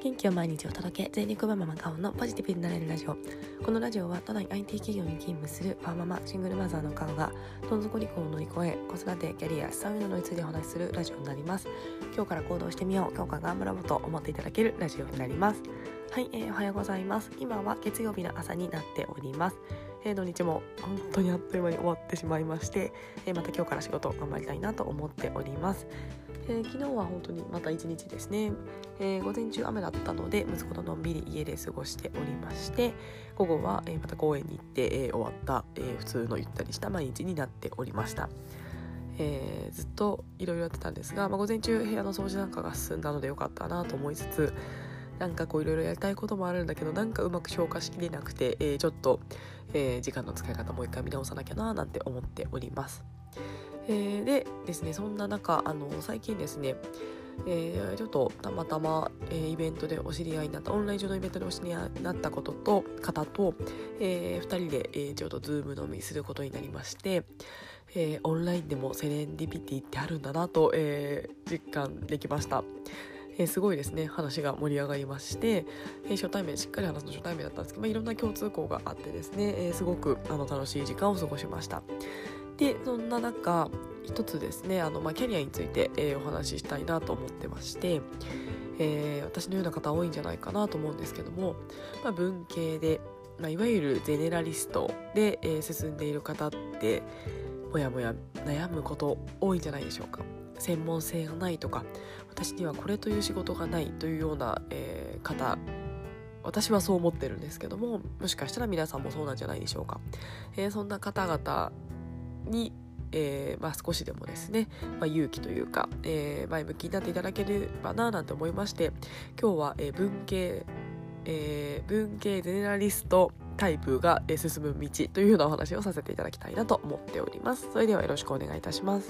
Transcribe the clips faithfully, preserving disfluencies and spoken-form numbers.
元気を毎日お届け、全力マママカオのポジティブになれるラジオ。このラジオは都内 アイティー 企業に勤務するファーママシングルマザーのカオがどん底離婚を乗り越え、子育て、キャリア、資産運用についてお話しするラジオになります。今日から行動してみよう、今日から頑張ろうと思っていただけるラジオになります。はい、えー、おはようございます。今は月曜日の朝になっております。えー、土日も本当にあっという間に終わってしまいまして、えー、また今日から仕事を頑張りたいなと思っております。えー、昨日は本当にまた一日ですね、えー、午前中雨だったので息子とのんびり家で過ごしておりまして、午後は、えー、また公園に行って、えー、終わった、えー、普通のゆったりした毎日になっておりました。えー、ずっといろいろやってたんですが、まあ、午前中部屋の掃除なんかが進んだのでよかったなと思いつつ、なんかこういろいろやりたいこともあるんだけど、なんかうまく消化しきれなくて、えー、ちょっと、えー、時間の使い方もう一回見直さなきゃななんて思っております。えー、でですね、そんな中、あの最近ですね、えー、ちょっとたまたま、えー、イベントでお知り合いになったオンライン上のイベントでお知り合いになったことと方と、えー、ふたりで、えー、ちょっとズーム飲みすることになりまして、えー、オンラインでもセレンディピティってあるんだなと、えー、実感できました。えー、すごいですね、話が盛り上がりまして、えー、初対面しっかり話すの初対面だったんですけど、まあ、いろんな共通項があってですね、えー、すごくあの楽しい時間を過ごしました。でそんな中一つですね、あの、まあ、キャリアについて、えー、お話ししたいなと思ってまして、えー、私のような方多いんじゃないかなと思うんですけども、まあ、文系で、まあ、いわゆるゼネラリストで、えー、進んでいる方ってもやもや悩むこと多いんじゃないでしょうか。専門性がないとか、私にはこれという仕事がないというような、えー、方、私はそう思ってるんですけども、もしかしたら皆さんもそうなんじゃないでしょうか。えー、そんな方々に、えーまあ、少しでもですね、まあ、勇気というか、えー、前向きになっていただければななんて思いまして、今日は、えー、文系、えー、文系ゼネラリストタイプが進む道というようなお話をさせていただきたいなと思っております。それではよろしくお願いいたします。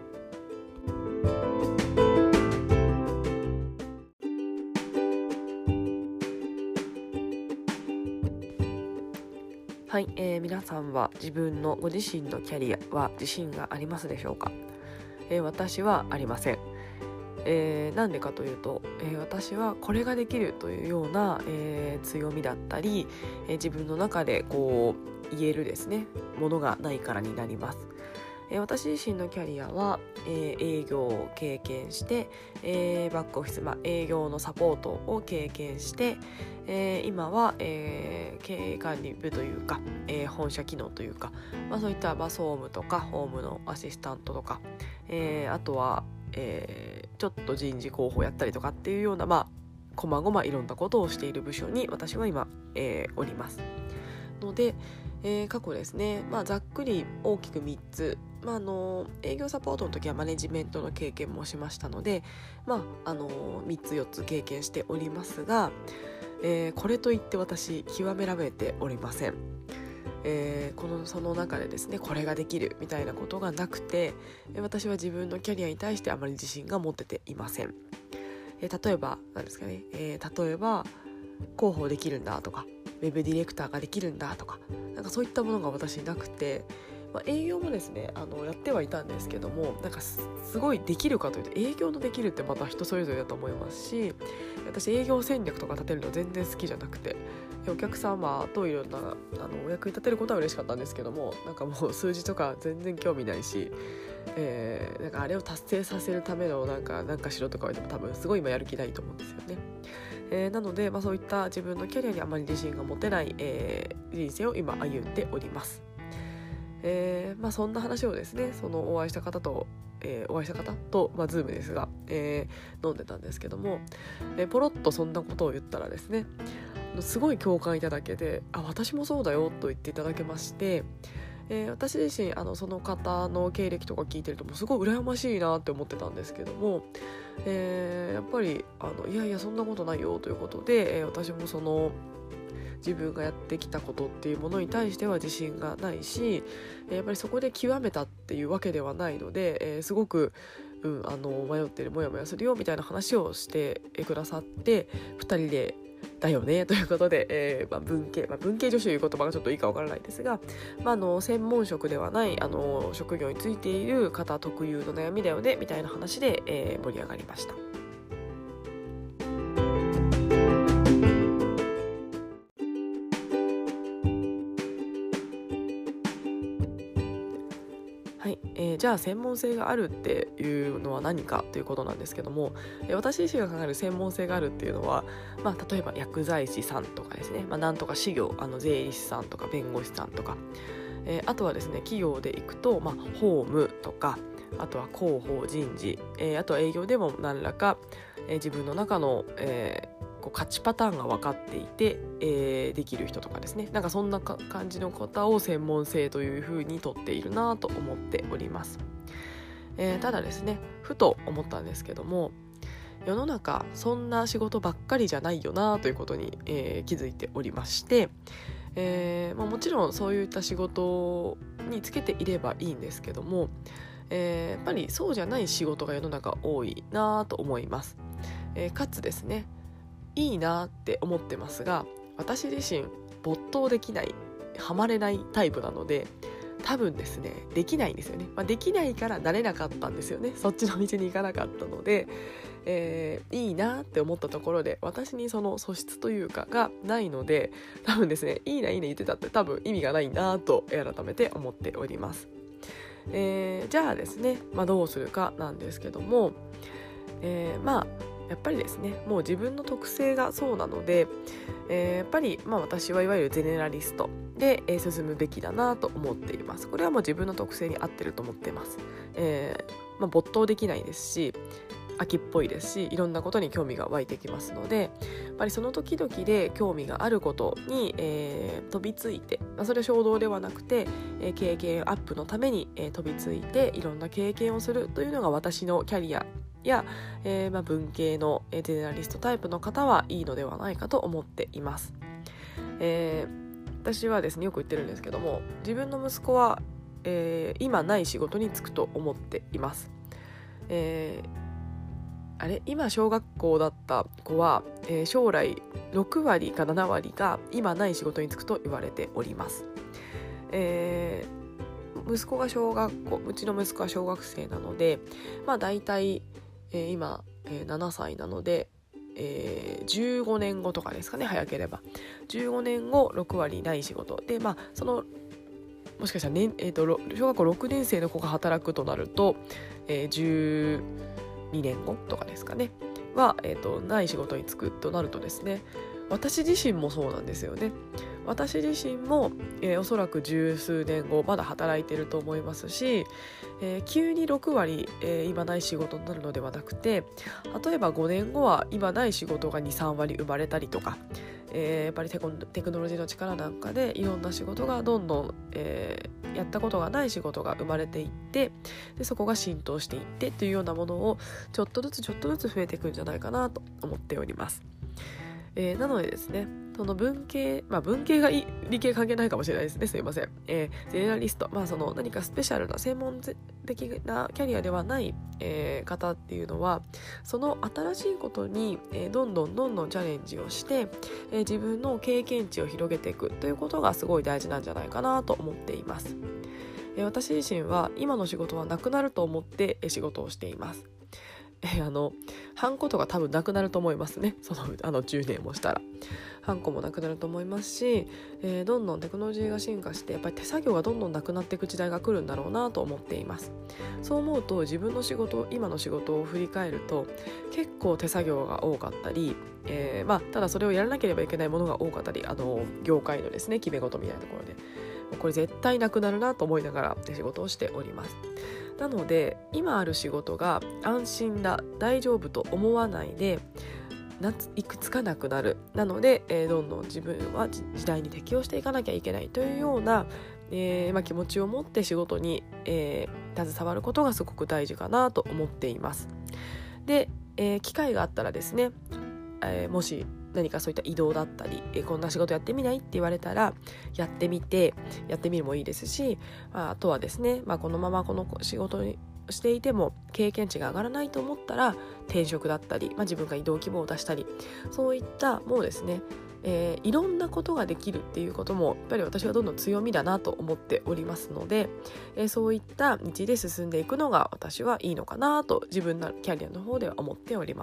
はい、えー、皆さんは自分のご自身のキャリアは自信がありますでしょうか。えー、私はありません。えー、なんでかというと、えー、私はこれができるというような、えー、強みだったり、えー、自分の中でこう言えるですねものがないからになります。えー、私自身のキャリアは、えー、営業を経験して、えー、バックオフィス、まあ、営業のサポートを経験して、えー、今は、えー、経営管理部というか、えー、本社機能というか、まあ、そういった、まあ、総務とか法務のアシスタントとか、えー、あとは、えー、ちょっと人事広報やったりとかっていうような、まあ、こまごまいろんなことをしている部署に私は今、えー、おりますので、えー、過去ですね、まあ、ざっくり大きくみっつ、まあ、あの営業サポートの時はマネジメントの経験もしましたので、まあ、あのみっつよっつ経験しておりますが、えー、これといって私極められておりません。えー、このその中でですねこれができるみたいなことがなくて、私は自分のキャリアに対してあまり自信が持てていません。えー、例えば何ですかね、えー、例えば広報できるんだとか、ウェブディレクターができるんだとか、なんかそういったものが私なくて、まあ、営業もですねあのやってはいたんですけども、なんか す, すごいできるかというと営業のできるってまた人それぞれだと思いますし、私営業戦略とか立てるの全然好きじゃなくて、お客様といろんなあのお役に立てることは嬉しかったんですけども、なんかもう数字とか全然興味ないし、えー、なんかあれを達成させるためのなんかなんかしろとか言っても多分すごい今やる気ないと思うんですよね。えー、なので、まあ、そういった自分のキャリアにあまり自信が持てない、えー、人生を今歩んでおります。えーまあ、そんな話をですね、そのお会いした方と、えー、お会いした方と、まあ、ズームですが、えー、飲んでたんですけども、えー、ポロッとそんなことを言ったらですね、すごい共感いただけて、あ、私もそうだよと言っていただけまして、えー、私自身あのその方の経歴とか聞いてるともうすごい羨ましいなって思ってたんですけども、えー、やっぱりあのいやいやそんなことないよということで、えー、私もその自分がやってきたことっていうものに対しては自信がないし、やっぱりそこで極めたっていうわけではないので、えー、すごく、うん、あの迷ってる、もやもやするよみたいな話をしてくださって、ふたりでだよねということで、えーまあ、文系、まあ、文系女子という言葉がちょっといいかわからないですが、まあ、あの専門職ではないあの職業についている方特有の悩みだよねみたいな話で、えー、盛り上がりました。 じゃあ専門性があるっていうのは何かということなんですけども、えー、私自身が考える専門性があるっていうのは、まあ、例えば薬剤師さんとかですね、まあ、なんとか事業あの税理士さんとか弁護士さんとか、えー、あとはですね企業でいくと、まあ、法務とか、あとは広報人事、えー、あとは営業でも何らか、えー、自分の中の、えーこう勝ちパターンが分かっていて、えー、できる人とかですね、なんかそんな感じの方を専門性というふうにとっているなと思っております。えー、ただですねふと思ったんですけども、世の中そんな仕事ばっかりじゃないよなということに、えー、気づいておりまして、えーまあ、もちろんそういった仕事につけていればいいんですけども、えー、やっぱりそうじゃない仕事が世の中多いなと思います。えー、かつですねいいなって思ってますが、私自身没頭できない、ハマれないタイプなので、多分ですねできないんですよね、まあ、できないからなれなかったんですよね。そっちの道に行かなかったので、えー、いいなって思ったところで私にその素質というかがないので、多分ですねいいないいね言ってたって多分意味がないなと改めて思っております。えー、じゃあですね、まあ、どうするかなんですけども、えー、まあやっぱりですねもう自分の特性がそうなので、えー、やっぱりまあ私はいわゆるゼネラリストで、えー、進むべきだなと思っています。これはもう自分の特性に合ってると思っています。えーまあ、没頭できないですし秋っぽいですし、いろんなことに興味が湧いてきますので、やっぱりその時々で興味があることに、えー、飛びついて、まあ、それ衝動ではなくて、えー、経験アップのために、えー、飛びついていろんな経験をするというのが私のキャリアや、えーまあ、文系のゼネラリストタイプの方はいいのではないかと思っています。えー、私はですねよく言ってるんですけども、自分の息子は、えー、今ない仕事に就くと思っています。えーあれ今小学校だった子は、えー、将来ろくわりかななわりが今ない仕事に就くと言われております。えー、息子が小学校うちの息子は小学生なので、まあ大体、えー、今、えー、ななさいなので、えー、じゅうごねんごとかですかね、早ければじゅうごねんごろくわりない仕事で、まあそのもしかしたら、ねえー、と小学校ろくねん生の子が働くとなると、えー、じゅうにねんごとかですかねは、えー、とない仕事に就くとなるとですね、私自身もそうなんですよね。私自身も、えー、おそらく十数年後まだ働いてると思いますし、えー、急にろくわり、えー、今ない仕事になるのではなくて、例えばごねんごは今ない仕事がにさんわり生まれたりとか、えー、やっぱりテコ、テクノロジーの力なんかでいろんな仕事がどんどん、えー、やったことがない仕事が生まれていって、でそこが浸透していってというようなものをちょっとずつちょっとずつ増えていくんじゃないかなと思っております。えー、なのでですね、その文系、まあ文系がいい理系関係ないかもしれないですね、すいません。えー、ゼネラリスト、まあその何かスペシャルな専門的なキャリアではない、えー、方っていうのは、その新しいことに、えー、どんどんどんどんチャレンジをして、えー、自分の経験値を広げていくということがすごい大事なんじゃないかなと思っています。えー、私自身は今の仕事はなくなると思って仕事をしています。えあのハンコとか多分なくなると思いますね。そのあのじゅうねんもしたらハンコもなくなると思いますし、えー、どんどんテクノロジーが進化してやっぱり手作業がどんどんなくなっていく時代が来るんだろうなと思っています。そう思うと自分の仕事今の仕事を振り返ると結構手作業が多かったり、えーまあ、ただそれをやらなければいけないものが多かったり、あの業界のですね決め事みたいなところでこれ絶対なくなるなと思いながら仕事をしております。なので今ある仕事が安心だ大丈夫と思わないでいくつかなくなる。なので、えー、どんどん自分は時代に適応していかなきゃいけないというような、えーまあ、気持ちを持って仕事に、えー、携わることがすごく大事かなと思っています。で、えー、機会があったらですね、えー、もし何かそういった移動だったり、えー、こんな仕事やってみないって言われたらやってみてやってみるもいいですし、まあ、あとはですね、まあ、このままこの仕事にしていても経験値が上がらないと思ったら転職だったり、まあ、自分が移動希望を出したり、そういったもうですね、えー、いろんなことができるっていうこともやっぱり私はどんどん強みだなと思っておりますので、えー、そういった道で進んでいくのが私はいいのかなと自分のキャリアの方では思っております。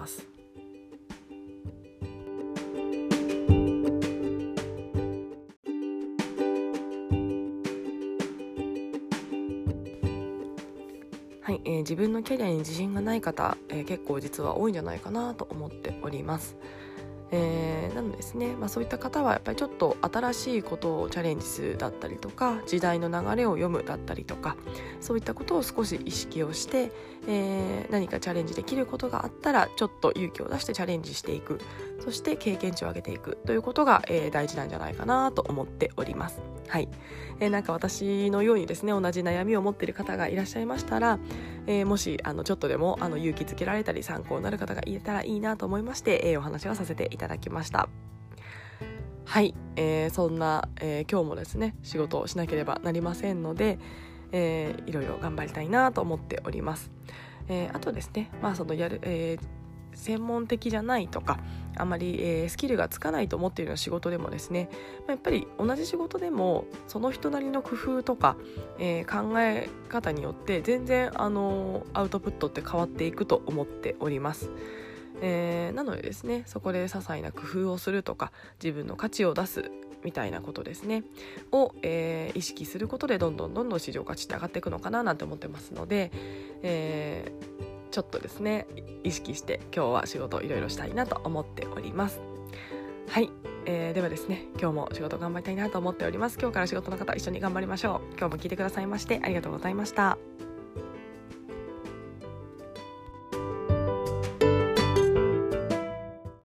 えー、自分のキャリアに自信がない方、えー、結構実は多いんじゃないかなと思っております。えー、なのですね、まあ、そういった方はやっぱりちょっと新しいことをチャレンジするだったりとか、時代の流れを読むだったりとか、そういったことを少し意識をして、えー、何かチャレンジできることがあったらちょっと勇気を出してチャレンジしていく、そして経験値を上げていくということが、えー、大事なんじゃないかなと思っております。はい、えー、なんか私のようにですね、同じ悩みを持っている方がいらっしゃいましたら、えー、もしあのちょっとでもあの勇気づけられたり参考になる方がいたらいいなと思いまして、えー、お話をさせていただきました。はい、えー、そんな、えー、今日もですね仕事をしなければなりませんので、えー、いろいろ頑張りたいなと思っております。えー、あとですね、まあそのやる、えー、専門的じゃないとか、あんまり、えー、スキルがつかないと思っているような仕事でもですね、まあ、やっぱり同じ仕事でもその人なりの工夫とか、えー、考え方によって全然、あのー、アウトプットって変わっていくと思っております。えー、なのでですね、そこで些細な工夫をするとか、自分の価値を出すみたいなことですねを、えー、意識することでどんどんどんどん市場価値って上がっていくのかななんて思ってますので、えー、ちょっとですね意識して今日は仕事をいろいろしたいなと思っております。はい、えー、ではですね、今日も仕事頑張りたいなと思っております。今日から仕事の方一緒に頑張りましょう。今日も聞いてくださいましてありがとうございました。